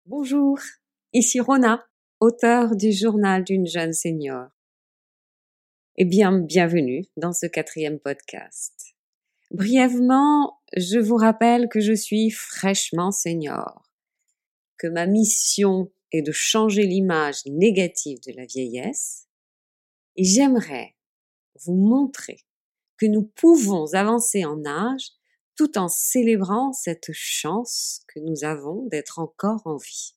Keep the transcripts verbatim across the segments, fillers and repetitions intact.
Bonjour, ici Rona, auteure du journal d'une jeune senior. Eh bien, bienvenue dans ce quatrième podcast. Brièvement, je vous rappelle que je suis fraîchement senior, que ma mission est de changer l'image négative de la vieillesse et j'aimerais vous montrer que nous pouvons avancer en âge tout en célébrant cette chance que nous avons d'être encore en vie.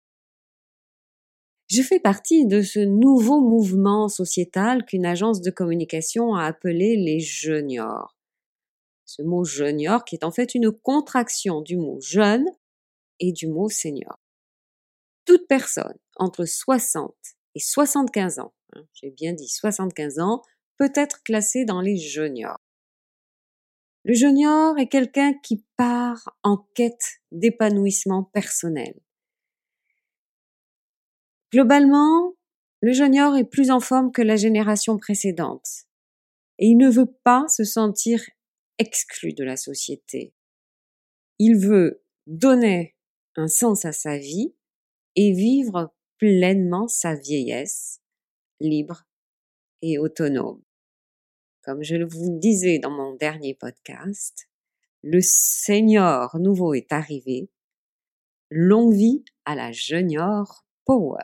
Je fais partie de ce nouveau mouvement sociétal qu'une agence de communication a appelé les juniors. Ce mot junior qui est en fait une contraction du mot jeune et du mot senior. Toute personne entre soixante et soixante-quinze ans, hein, j'ai bien dit soixante-quinze ans, peut être classée dans les juniors. Le junior est quelqu'un qui part en quête d'épanouissement personnel. Globalement, le junior est plus en forme que la génération précédente et il ne veut pas se sentir exclu de la société. Il veut donner un sens à sa vie et vivre pleinement sa vieillesse, libre et autonome. Comme je vous le disais dans mon dernier podcast, le senior nouveau est arrivé. Longue vie à la junior power.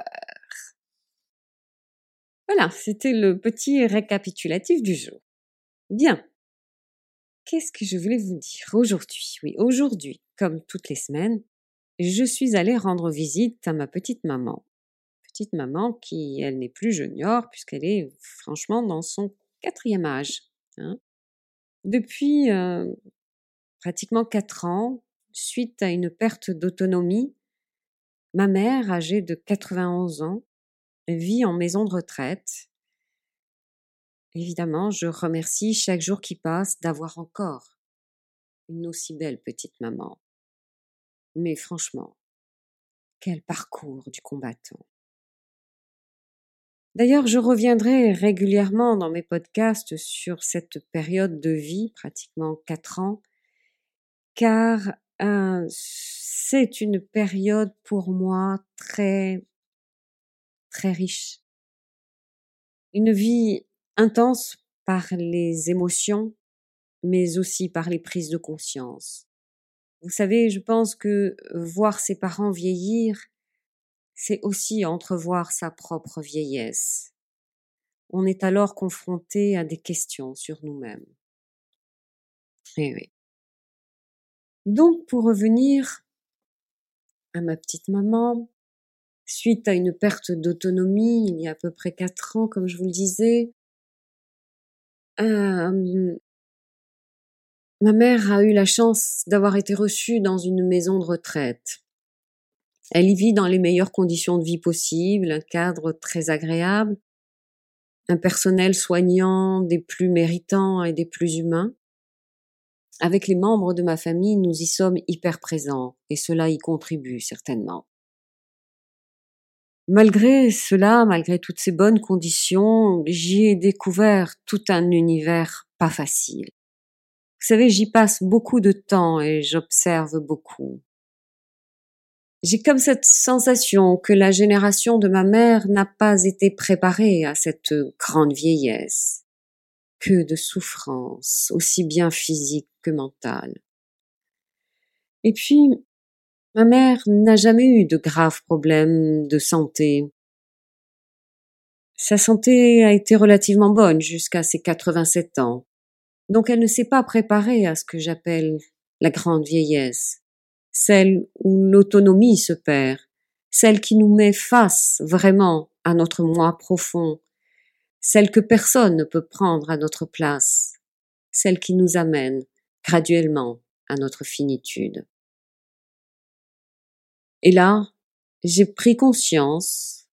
Voilà, c'était le petit récapitulatif du jour. Bien. Qu'est-ce que je voulais vous dire aujourd'hui? Oui, aujourd'hui, comme toutes les semaines, je suis allée rendre visite à ma petite maman. Petite maman qui, elle n'est plus junior puisqu'elle est franchement dans son quatrième âge. Hein. Depuis euh, pratiquement quatre ans, suite à une perte d'autonomie, ma mère, âgée de quatre-vingt-onze ans, vit en maison de retraite. Évidemment, je remercie chaque jour qui passe d'avoir encore une aussi belle petite maman. Mais franchement, quel parcours du combattant. D'ailleurs, je reviendrai régulièrement dans mes podcasts sur cette période de vie, pratiquement quatre ans, car euh, c'est une période pour moi très, très riche. Une vie intense par les émotions, mais aussi par les prises de conscience. Vous savez, je pense que voir ses parents vieillir, c'est aussi entrevoir sa propre vieillesse. On est alors confronté à des questions sur nous-mêmes. Eh oui. Donc, pour revenir à ma petite maman, suite à une perte d'autonomie il y a à peu près quatre ans, comme je vous le disais, euh, ma mère a eu la chance d'avoir été reçue dans une maison de retraite. Elle y vit dans les meilleures conditions de vie possibles, un cadre très agréable, un personnel soignant des plus méritants et des plus humains. Avec les membres de ma famille, nous y sommes hyper présents et cela y contribue certainement. Malgré cela, malgré toutes ces bonnes conditions, j'y ai découvert tout un univers pas facile. Vous savez, j'y passe beaucoup de temps et j'observe beaucoup. J'ai comme cette sensation que la génération de ma mère n'a pas été préparée à cette grande vieillesse. Que de souffrances, aussi bien physiques que mentales. Et puis, ma mère n'a jamais eu de graves problèmes de santé. Sa santé a été relativement bonne jusqu'à ses quatre-vingt-sept ans. Donc elle ne s'est pas préparée à ce que j'appelle la grande vieillesse, celle où l'autonomie se perd, celle qui nous met face vraiment à notre moi profond, celle que personne ne peut prendre à notre place, celle qui nous amène graduellement à notre finitude. Et là, j'ai pris conscience,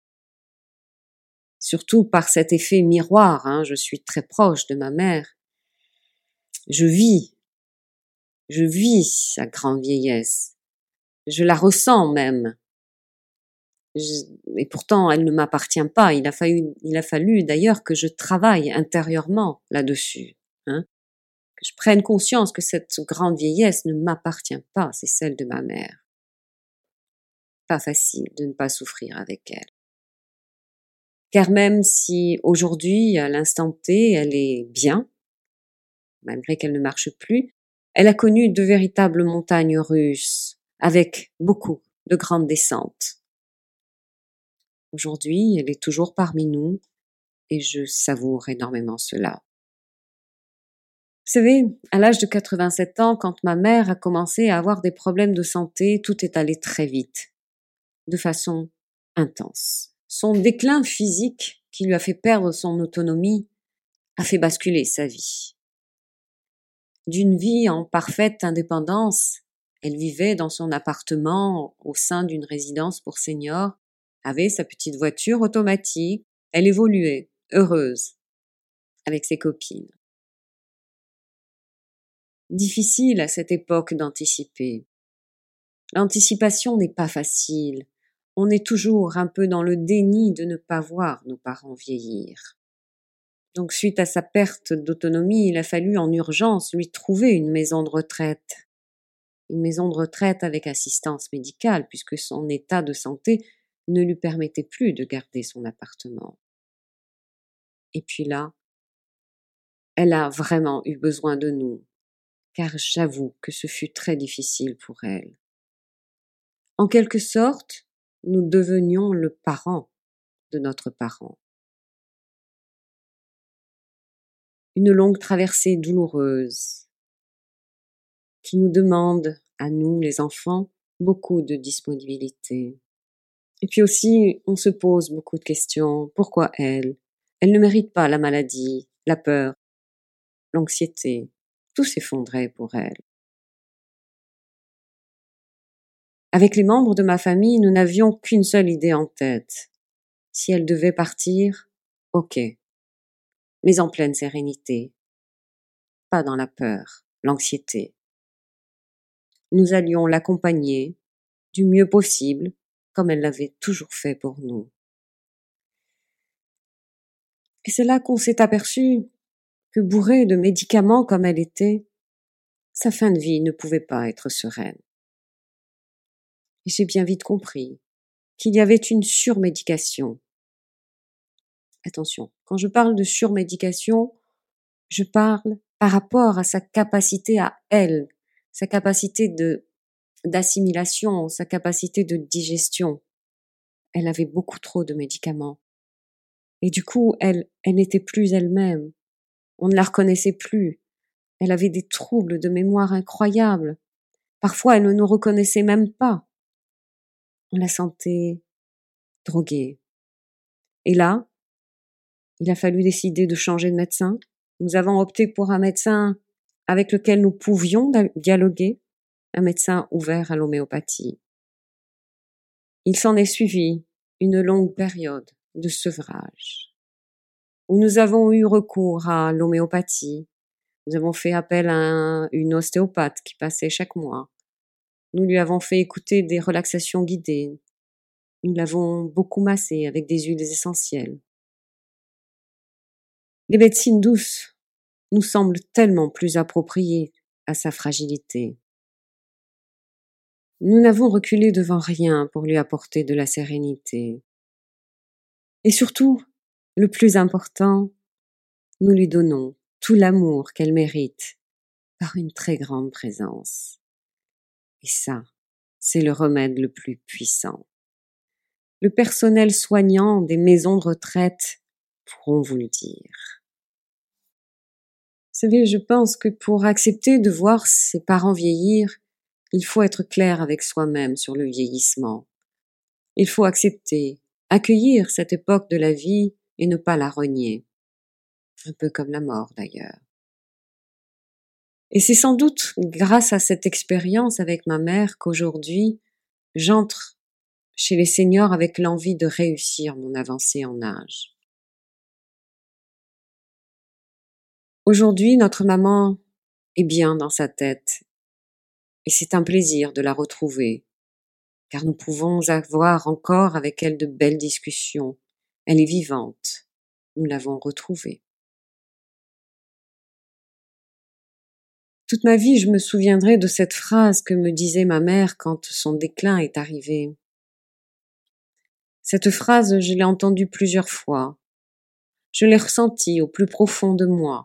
surtout par cet effet miroir, hein, je suis très proche de ma mère, je vis, je vis sa grande vieillesse, je la ressens même. Je, et pourtant, elle ne m'appartient pas. Il a fallu, il a fallu d'ailleurs que je travaille intérieurement là-dessus, hein, que je prenne conscience que cette grande vieillesse ne m'appartient pas, c'est celle de ma mère. pas facile de ne pas souffrir avec elle. Car même si aujourd'hui, à l'instant T, elle est bien, malgré qu'elle ne marche plus, elle a connu de véritables montagnes russes, avec beaucoup de grandes descentes. Aujourd'hui, elle est toujours parmi nous, et je savoure énormément cela. Vous savez, à l'âge de quatre-vingt-sept ans, quand ma mère a commencé à avoir des problèmes de santé, tout est allé très vite, de façon intense. Son déclin physique, qui lui a fait perdre son autonomie, a fait basculer sa vie. D'une vie en parfaite indépendance, elle vivait dans son appartement au sein d'une résidence pour seniors, avait sa petite voiture automatique, elle évoluait, heureuse, avec ses copines. Difficile à cette époque d'anticiper. L'anticipation n'est pas facile. On est toujours un peu dans le déni de ne pas voir nos parents vieillir. Donc, suite à sa perte d'autonomie, il a fallu en urgence lui trouver une maison de retraite. Une maison de retraite avec assistance médicale, puisque son état de santé ne lui permettait plus de garder son appartement. Et puis là, elle a vraiment eu besoin de nous, car j'avoue que ce fut très difficile pour elle. En quelque sorte, nous devenions le parent de notre parent. Une longue traversée douloureuse qui nous demande, à nous les enfants, beaucoup de disponibilité. Et puis aussi, on se pose beaucoup de questions. Pourquoi elle? Elle ne mérite pas la maladie, la peur, l'anxiété. Tout s'effondrait pour elle. Avec les membres de ma famille, nous n'avions qu'une seule idée en tête. Si elle devait partir, ok. Mais en pleine sérénité. Pas dans la peur, l'anxiété. Nous allions l'accompagner du mieux possible, comme elle l'avait toujours fait pour nous. Et c'est là qu'on s'est aperçu que bourrée de médicaments comme elle était, sa fin de vie ne pouvait pas être sereine. Et j'ai bien vite compris qu'il y avait une surmédication. Attention, quand je parle de surmédication, je parle par rapport à sa capacité à elle, sa capacité de d'assimilation, sa capacité de digestion. Elle avait beaucoup trop de médicaments. Et du coup, elle, elle n'était plus elle-même. On ne la reconnaissait plus. Elle avait des troubles de mémoire incroyables. Parfois, elle ne nous reconnaissait même pas. On la sentait droguée. Et là, il a fallu décider de changer de médecin. Nous avons opté pour un médecin avec lequel nous pouvions dialoguer, un médecin ouvert à l'homéopathie. Il s'en est suivi une longue période de sevrage, où nous avons eu recours à l'homéopathie. Nous avons fait appel à un, une ostéopathe qui passait chaque mois. Nous lui avons fait écouter des relaxations guidées. Nous l'avons beaucoup massé avec des huiles essentielles. Les médecines douces nous semblent tellement plus appropriées à sa fragilité. Nous n'avons reculé devant rien pour lui apporter de la sérénité. Et surtout, le plus important, nous lui donnons tout l'amour qu'elle mérite par une très grande présence. Et ça, c'est le remède le plus puissant. Le personnel soignant des maisons de retraite pourront vous le dire. Vous savez, je pense que pour accepter de voir ses parents vieillir, il faut être clair avec soi-même sur le vieillissement. Il faut accepter, accueillir cette époque de la vie et ne pas la renier. Un peu comme la mort d'ailleurs. Et c'est sans doute grâce à cette expérience avec ma mère qu'aujourd'hui, j'entre chez les seniors avec l'envie de réussir mon avancée en âge. Aujourd'hui, notre maman est bien dans sa tête et c'est un plaisir de la retrouver, car nous pouvons avoir encore avec elle de belles discussions. Elle est vivante. Nous l'avons retrouvée. Toute ma vie, je me souviendrai de cette phrase que me disait ma mère quand son déclin est arrivé. Cette phrase, je l'ai entendue plusieurs fois. Je l'ai ressentie au plus profond de moi.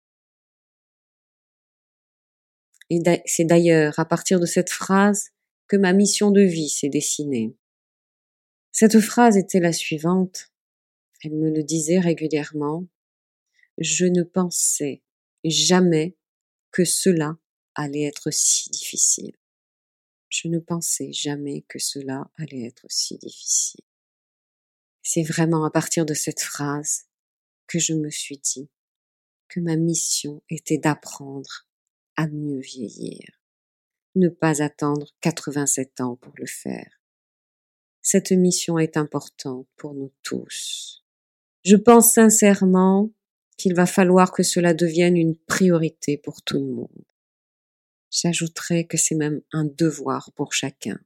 Et c'est d'ailleurs à partir de cette phrase que ma mission de vie s'est dessinée. Cette phrase était la suivante. Elle me le disait régulièrement. Je ne pensais jamais que cela allait être si difficile. Je ne pensais jamais que cela allait être si difficile. C'est vraiment à partir de cette phrase que je me suis dit que ma mission était d'apprendre à mieux vieillir. Ne pas attendre quatre-vingt-sept ans pour le faire. Cette mission est importante pour nous tous. Je pense sincèrement qu'il va falloir que cela devienne une priorité pour tout le monde. J'ajouterais que c'est même un devoir pour chacun.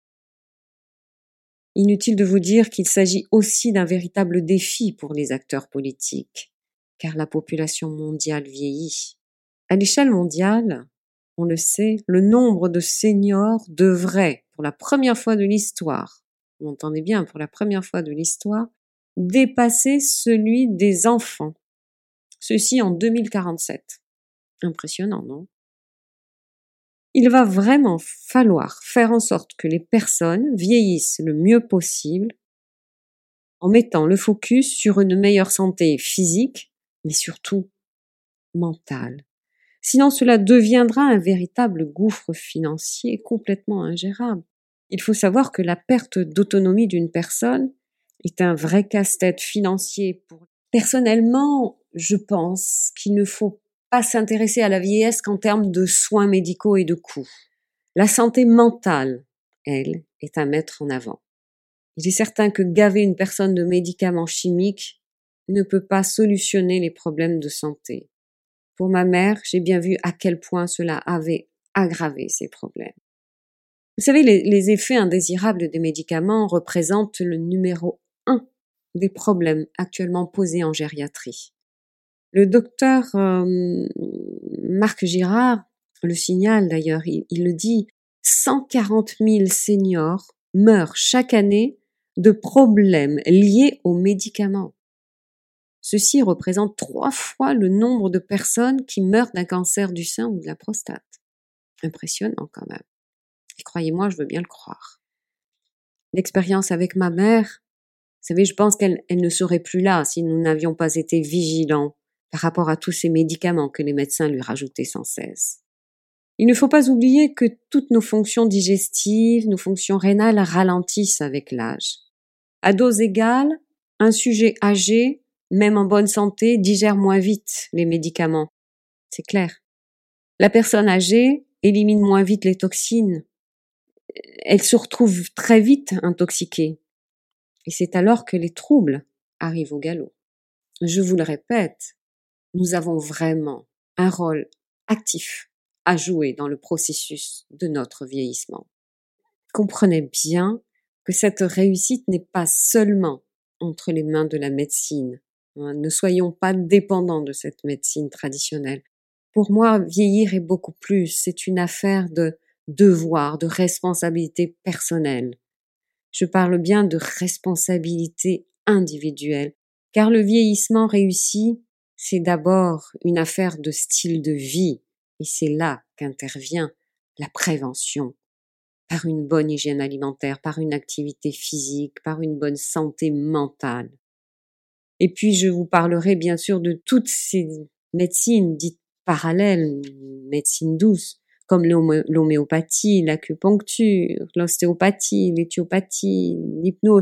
Inutile de vous dire qu'il s'agit aussi d'un véritable défi pour les acteurs politiques, car la population mondiale vieillit. À l'échelle mondiale, on le sait, le nombre de seniors devrait, pour la première fois de l'histoire, vous entendez bien, pour la première fois de l'histoire, dépasser celui des enfants. Ceci en deux mille quarante-sept. Impressionnant, non? Il va vraiment falloir faire en sorte que les personnes vieillissent le mieux possible en mettant le focus sur une meilleure santé physique, mais surtout mentale. Sinon, cela deviendra un véritable gouffre financier complètement ingérable. Il faut savoir que la perte d'autonomie d'une personne est un vrai casse-tête financier. Pour... Personnellement, je pense qu'il ne faut pas s'intéresser à la vieillesse qu'en termes de soins médicaux et de coûts. La santé mentale, elle, est à mettre en avant. Il est certain que gaver une personne de médicaments chimiques ne peut pas solutionner les problèmes de santé. Pour ma mère, j'ai bien vu à quel point cela avait aggravé ses problèmes. Vous savez, les, les effets indésirables des médicaments représentent le numéro un des problèmes actuellement posés en gériatrie. Le docteur euh, Marc Girard le signale d'ailleurs, il, il le dit, cent quarante mille seniors meurent chaque année de problèmes liés aux médicaments. Ceci représente trois fois le nombre de personnes qui meurent d'un cancer du sein ou de la prostate. Impressionnant quand même. Et croyez-moi, je veux bien le croire. L'expérience avec ma mère, vous savez, je pense qu'elle elle ne serait plus là si nous n'avions pas été vigilants par rapport à tous ces médicaments que les médecins lui rajoutaient sans cesse. Il ne faut pas oublier que toutes nos fonctions digestives, nos fonctions rénales ralentissent avec l'âge. À dose égale, un sujet âgé, même en bonne santé, digère moins vite les médicaments. C'est clair. La personne âgée élimine moins vite les toxines. Elle se retrouve très vite intoxiquée. Et c'est alors que les troubles arrivent au galop. Je vous le répète, nous avons vraiment un rôle actif à jouer dans le processus de notre vieillissement. Comprenez bien que cette réussite n'est pas seulement entre les mains de la médecine. Ne soyons pas dépendants de cette médecine traditionnelle. Pour moi, vieillir est beaucoup plus. C'est une affaire de devoir, de responsabilité personnelle. Je parle bien de responsabilité individuelle, car le vieillissement réussi, c'est d'abord une affaire de style de vie, et c'est là qu'intervient la prévention, par une bonne hygiène alimentaire, par une activité physique, par une bonne santé mentale. Et puis je vous parlerai bien sûr de toutes ces médecines dites parallèles, médecines douces, comme l'homéopathie, l'acupuncture, l'ostéopathie, l'éthiopathie, l'hypnose,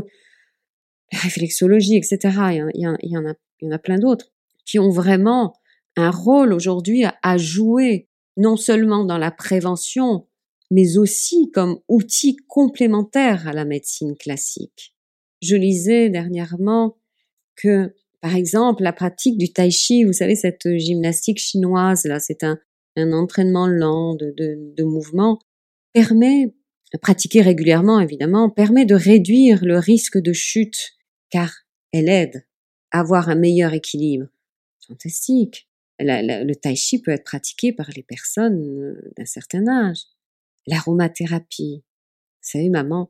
la réflexologie, et cetera. Il y en, il y en a, il y en a plein d'autres qui ont vraiment un rôle aujourd'hui à, à jouer, non seulement dans la prévention, mais aussi comme outil complémentaire à la médecine classique. Je lisais dernièrement que, par exemple, la pratique du tai chi, vous savez, cette gymnastique chinoise, là, c'est un, un entraînement lent de, de, de mouvement, permet, pratiquer régulièrement évidemment, permet de réduire le risque de chute, car elle aide à avoir un meilleur équilibre. Fantastique. La, la, le tai chi peut être pratiqué par les personnes d'un certain âge. L'aromathérapie. Vous savez, maman,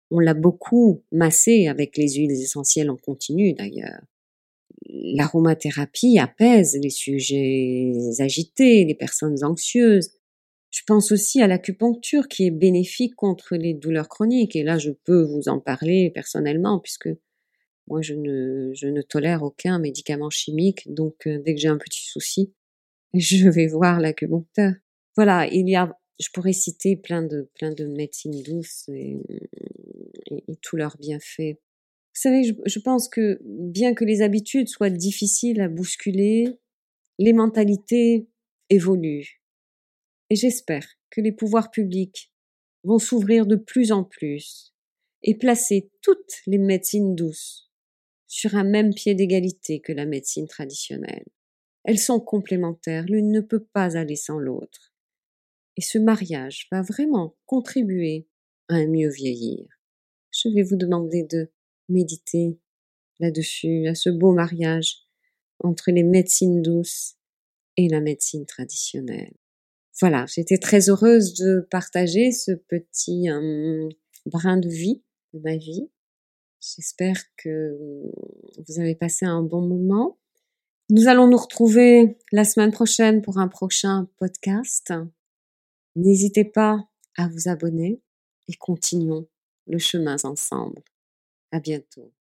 On l'a beaucoup massé avec les huiles essentielles en continu d'ailleurs. L'aromathérapie apaise les sujets agités, les personnes anxieuses. Je pense aussi à l'acupuncture qui est bénéfique contre les douleurs chroniques. Et là, je peux vous en parler personnellement puisque moi, je ne, je ne tolère aucun médicament chimique. Donc, euh, dès que j'ai un petit souci, je vais voir l'acupuncteur. Voilà, il y a, je pourrais citer plein de, plein de médecines douces et, et, et tous leurs bienfaits. Vous savez, je, je pense que bien que les habitudes soient difficiles à bousculer, les mentalités évoluent. Et j'espère que les pouvoirs publics vont s'ouvrir de plus en plus et placer toutes les médecines douces sur un même pied d'égalité que la médecine traditionnelle. Elles sont complémentaires, l'une ne peut pas aller sans l'autre. Et ce mariage va vraiment contribuer à un mieux vieillir. Je vais vous demander de méditer là-dessus, à ce beau mariage entre les médecines douces et la médecine traditionnelle. Voilà, j'étais très heureuse de partager ce petit euh, brin de vie de ma vie. J'espère que vous avez passé un bon moment. Nous allons nous retrouver la semaine prochaine pour un prochain podcast. N'hésitez pas à vous abonner et continuons le chemin ensemble. À bientôt.